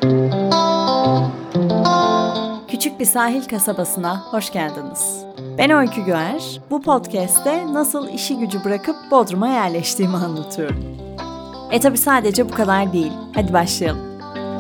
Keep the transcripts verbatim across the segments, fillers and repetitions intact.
Küçük bir sahil kasabasına hoş geldiniz. Ben Öykü Güer, bu podcast'te nasıl işi gücü bırakıp Bodrum'a yerleştiğimi anlatıyorum. E tabi sadece bu kadar değil, hadi başlayalım.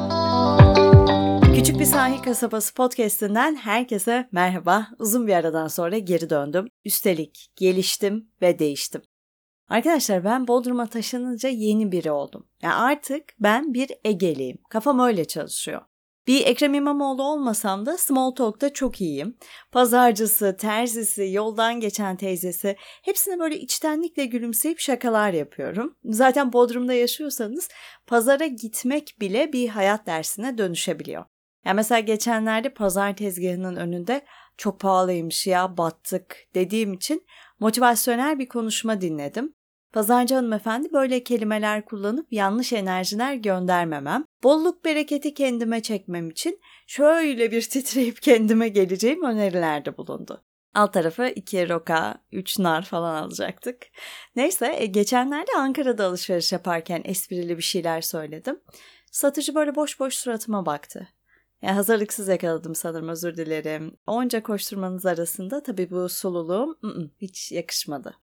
Küçük bir sahil kasabası podcast'inden herkese merhaba. Uzun bir aradan sonra geri döndüm. Üstelik geliştim ve değiştim. Arkadaşlar ben Bodrum'a taşınınca yeni biri oldum. Yani artık ben bir Ege'liyim. Kafam öyle çalışıyor. Bir Ekrem İmamoğlu olmasam da small talk'ta çok iyiyim. Pazarcısı, terzisi, yoldan geçen teyzesi hepsine böyle içtenlikle gülümseyip şakalar yapıyorum. Zaten Bodrum'da yaşıyorsanız pazara gitmek bile bir hayat dersine dönüşebiliyor. Yani mesela geçenlerde pazar tezgahının önünde çok pahalıymış ya battık dediğim için motivasyonel bir konuşma dinledim. Pazarcı hanımefendi böyle kelimeler kullanıp yanlış enerjiler göndermemem, bolluk bereketi kendime çekmem için şöyle bir titreyip kendime geleceğim önerilerde bulundu. Alt tarafı iki roka, üç nar falan alacaktık. Neyse e, geçenlerde Ankara'da alışveriş yaparken esprili bir şeyler söyledim. Satıcı böyle boş boş suratıma baktı. Ya hazırlıksız yakaladım sanırım, özür dilerim. Onca koşturmanız arasında tabii bu sululuğum ı-ı, hiç yakışmadı.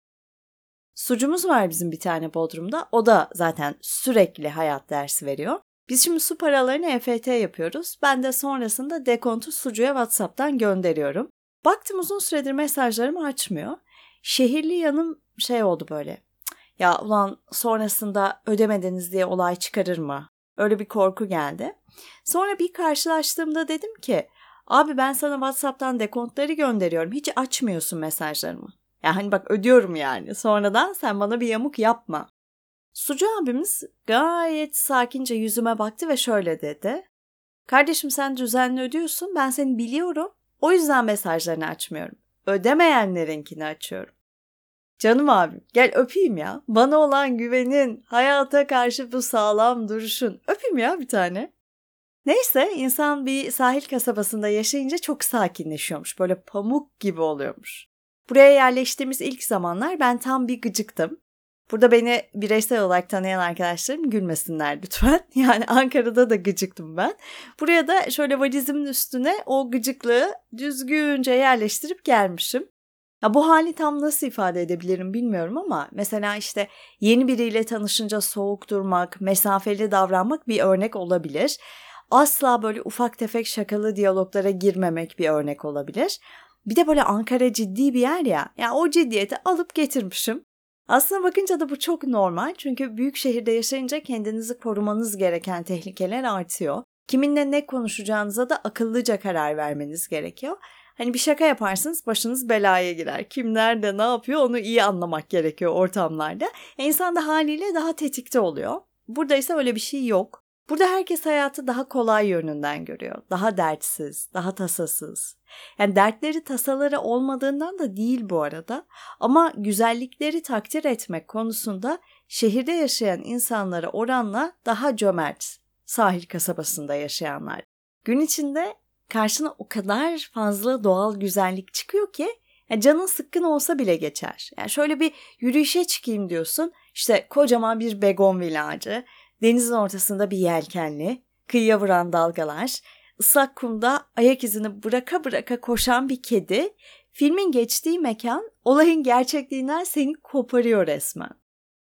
Sucumuz var bizim bir tane Bodrum'da. O da zaten sürekli hayat dersi veriyor. Biz şimdi su paralarını E F T yapıyoruz. Ben de sonrasında dekontu sucuya WhatsApp'tan gönderiyorum. Baktım uzun süredir mesajlarımı açmıyor. Şehirli yanım şey oldu böyle. Ya ulan sonrasında ödemediniz diye olay çıkarır mı? Öyle bir korku geldi. Sonra bir karşılaştığımda dedim ki abi ben sana WhatsApp'tan dekontları gönderiyorum. Hiç açmıyorsun mesajlarımı. Ya hani bak ödüyorum yani. Sonradan sen bana bir yamuk yapma. Sucu abimiz gayet sakince yüzüme baktı ve şöyle dedi. Kardeşim sen düzenli ödüyorsun. Ben seni biliyorum. O yüzden mesajlarını açmıyorum. Ödemeyenlerinkini açıyorum. Canım abim gel öpeyim ya. Bana olan güvenin, hayata karşı bu sağlam duruşun. Öpeyim ya bir tane. Neyse insan bir sahil kasabasında yaşayınca çok sakinleşiyormuş. Böyle pamuk gibi oluyormuş. Buraya yerleştiğimiz ilk zamanlar ben tam bir gıcıktım. Burada beni bireysel olarak tanıyan arkadaşlarım gülmesinler lütfen. Yani Ankara'da da gıcıktım ben. Buraya da şöyle valizimin üstüne o gıcıklığı düzgünce yerleştirip gelmişim. Ya bu hali tam nasıl ifade edebilirim bilmiyorum ama mesela işte yeni biriyle tanışınca soğuk durmak, mesafeli davranmak bir örnek olabilir. Asla böyle ufak tefek şakalı diyaloglara girmemek bir örnek olabilir. Bir de böyle Ankara ciddi bir yer ya. Yani o ciddiyeti alıp getirmişim. Aslına bakınca da bu çok normal. Çünkü büyük şehirde yaşayınca kendinizi korumanız gereken tehlikeler artıyor. Kiminle ne konuşacağınıza da akıllıca karar vermeniz gerekiyor. Hani bir şaka yaparsınız başınız belaya girer. Kim nerede ne yapıyor onu iyi anlamak gerekiyor ortamlarda. E insan da haliyle daha tetikte oluyor. Burada ise öyle bir şey yok. Burada herkes hayatı daha kolay yönünden görüyor. Daha dertsiz, daha tasasız. Yani dertleri tasaları olmadığından da değil bu arada. Ama güzellikleri takdir etmek konusunda şehirde yaşayan insanlara oranla daha cömert sahil kasabasında yaşayanlar. Gün içinde karşına o kadar fazla doğal güzellik çıkıyor ki yani canın sıkkın olsa bile geçer. Yani şöyle bir yürüyüşe çıkayım diyorsun. İşte kocaman bir begonvil ağacı, denizin ortasında bir yelkenli, kıyıya vuran dalgalar, ıslak kumda ayak izini bıraka bıraka koşan bir kedi, filmin geçtiği mekan olayın gerçekliğinden seni koparıyor resmen.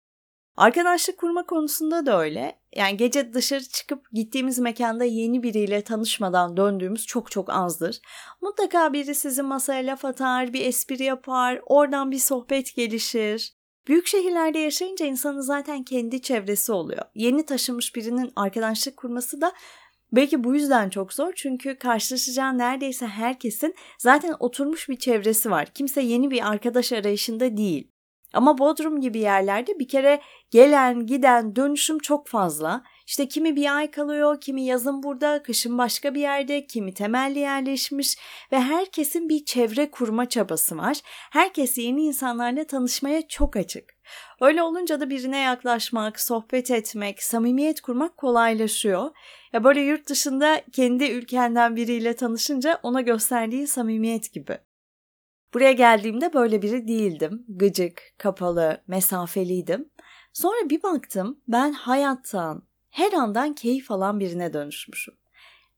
Arkadaşlık kurma konusunda da öyle. Yani gece dışarı çıkıp gittiğimiz mekanda yeni biriyle tanışmadan döndüğümüz çok çok azdır. Mutlaka biri sizin masaya laf atar, bir espri yapar, oradan bir sohbet gelişir. Büyük şehirlerde yaşayınca insanın zaten kendi çevresi oluyor. Yeni taşınmış birinin arkadaşlık kurması da belki bu yüzden çok zor. Çünkü karşılaşacağın neredeyse herkesin zaten oturmuş bir çevresi var. Kimse yeni bir arkadaş arayışında değil. Ama Bodrum gibi yerlerde bir kere gelen, giden, dönüşüm çok fazla. İşte kimi bir ay kalıyor, kimi yazın burada, kışın başka bir yerde, kimi temelli yerleşmiş ve herkesin bir çevre kurma çabası var. Herkes yeni insanlarla tanışmaya çok açık. Öyle olunca da birine yaklaşmak, sohbet etmek, samimiyet kurmak kolaylaşıyor. Ya böyle yurt dışında kendi ülkenden biriyle tanışınca ona gösterdiği samimiyet gibi. Buraya geldiğimde böyle biri değildim. Gıcık, kapalı, mesafeliydim. Sonra bir baktım ben hayattan, her andan keyif alan birine dönüşmüşüm.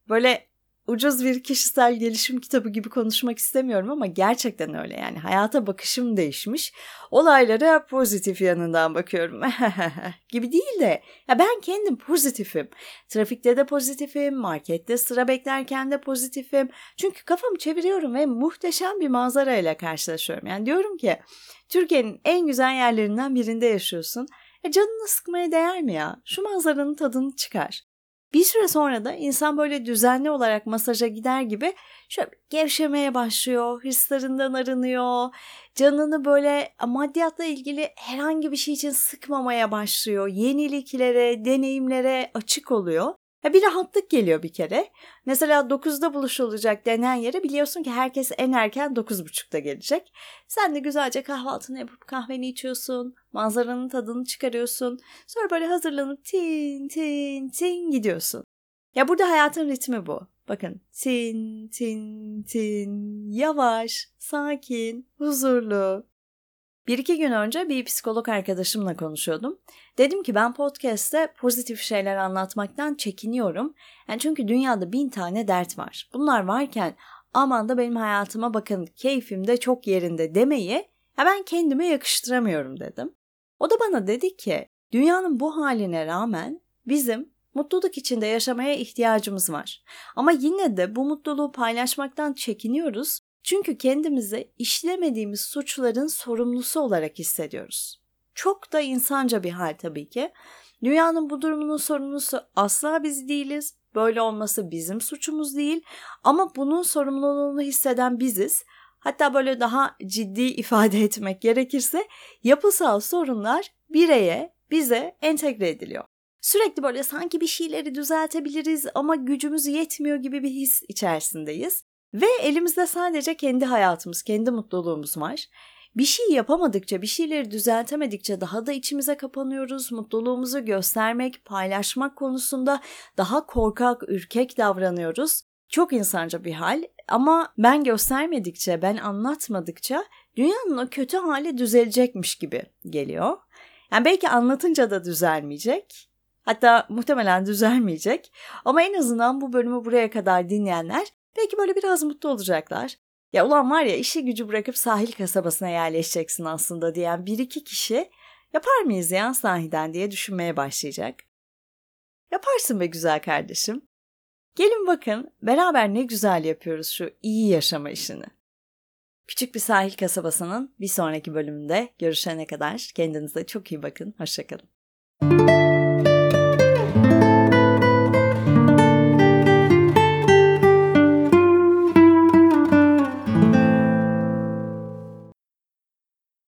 Böyle ucuz bir kişisel gelişim kitabı gibi konuşmak istemiyorum ama gerçekten öyle yani. Hayata bakışım değişmiş. Olaylara pozitif yanından bakıyorum gibi değil de ya ben kendim pozitifim. Trafikte de pozitifim, markette sıra beklerken de pozitifim. Çünkü kafamı çeviriyorum ve muhteşem bir manzarayla karşılaşıyorum. Yani diyorum ki Türkiye'nin en güzel yerlerinden birinde yaşıyorsun. E canını sıkmaya değer mi ya? Şu manzaranın tadını çıkar. Bir süre sonra da insan böyle düzenli olarak masaja gider gibi şöyle gevşemeye başlıyor, hırslarından arınıyor, canını böyle maddiyatla ilgili herhangi bir şey için sıkmamaya başlıyor, yeniliklere, deneyimlere açık oluyor. Ya bir rahatlık geliyor bir kere. Mesela dokuzda buluşulacak denen yere biliyorsun ki herkes en erken dokuz buçukta gelecek. Sen de güzelce kahvaltını yapıp kahveni içiyorsun, manzaranın tadını çıkarıyorsun. Sonra böyle hazırlanıp tin tin tin gidiyorsun. Ya burada hayatın ritmi bu. Bakın tin tin tin yavaş, sakin, huzurlu. Bir iki gün önce bir psikolog arkadaşımla konuşuyordum. Dedim ki ben podcast'te pozitif şeyler anlatmaktan çekiniyorum. Yani çünkü dünyada bin tane dert var. Bunlar varken aman da benim hayatıma bakın keyfim de çok yerinde demeyi ya ben kendime yakıştıramıyorum dedim. O da bana dedi ki dünyanın bu haline rağmen bizim mutluluk içinde yaşamaya ihtiyacımız var. Ama yine de bu mutluluğu paylaşmaktan çekiniyoruz. Çünkü kendimizi işlemediğimiz suçların sorumlusu olarak hissediyoruz. Çok da insanca bir hal tabii ki. Dünyanın bu durumunun sorumlusu asla biz değiliz. Böyle olması bizim suçumuz değil. Ama bunun sorumluluğunu hisseden biziz. Hatta böyle daha ciddi ifade etmek gerekirse yapısal sorunlar bireye, bize entegre ediliyor. Sürekli böyle sanki bir şeyleri düzeltebiliriz ama gücümüz yetmiyor gibi bir his içerisindeyiz. Ve elimizde sadece kendi hayatımız, kendi mutluluğumuz var. Bir şey yapamadıkça, bir şeyleri düzeltemedikçe daha da içimize kapanıyoruz. Mutluluğumuzu göstermek, paylaşmak konusunda daha korkak, ürkek davranıyoruz. Çok insanca bir hal ama ben göstermedikçe, ben anlatmadıkça dünyanın o kötü hali düzelecekmiş gibi geliyor. Yani belki anlatınca da düzelmeyecek. Hatta muhtemelen düzelmeyecek. Ama en azından bu bölümü buraya kadar dinleyenler belki böyle biraz mutlu olacaklar. Ya ulan var ya işi gücü bırakıp sahil kasabasına yerleşeceksin aslında diyen bir iki kişi yapar mıyız ya sahiden diye düşünmeye başlayacak. Yaparsın be güzel kardeşim. Gelin bakın beraber ne güzel yapıyoruz şu iyi yaşama işini. Küçük bir sahil kasabasının bir sonraki bölümünde görüşene kadar kendinize çok iyi bakın. Hoşça kalın.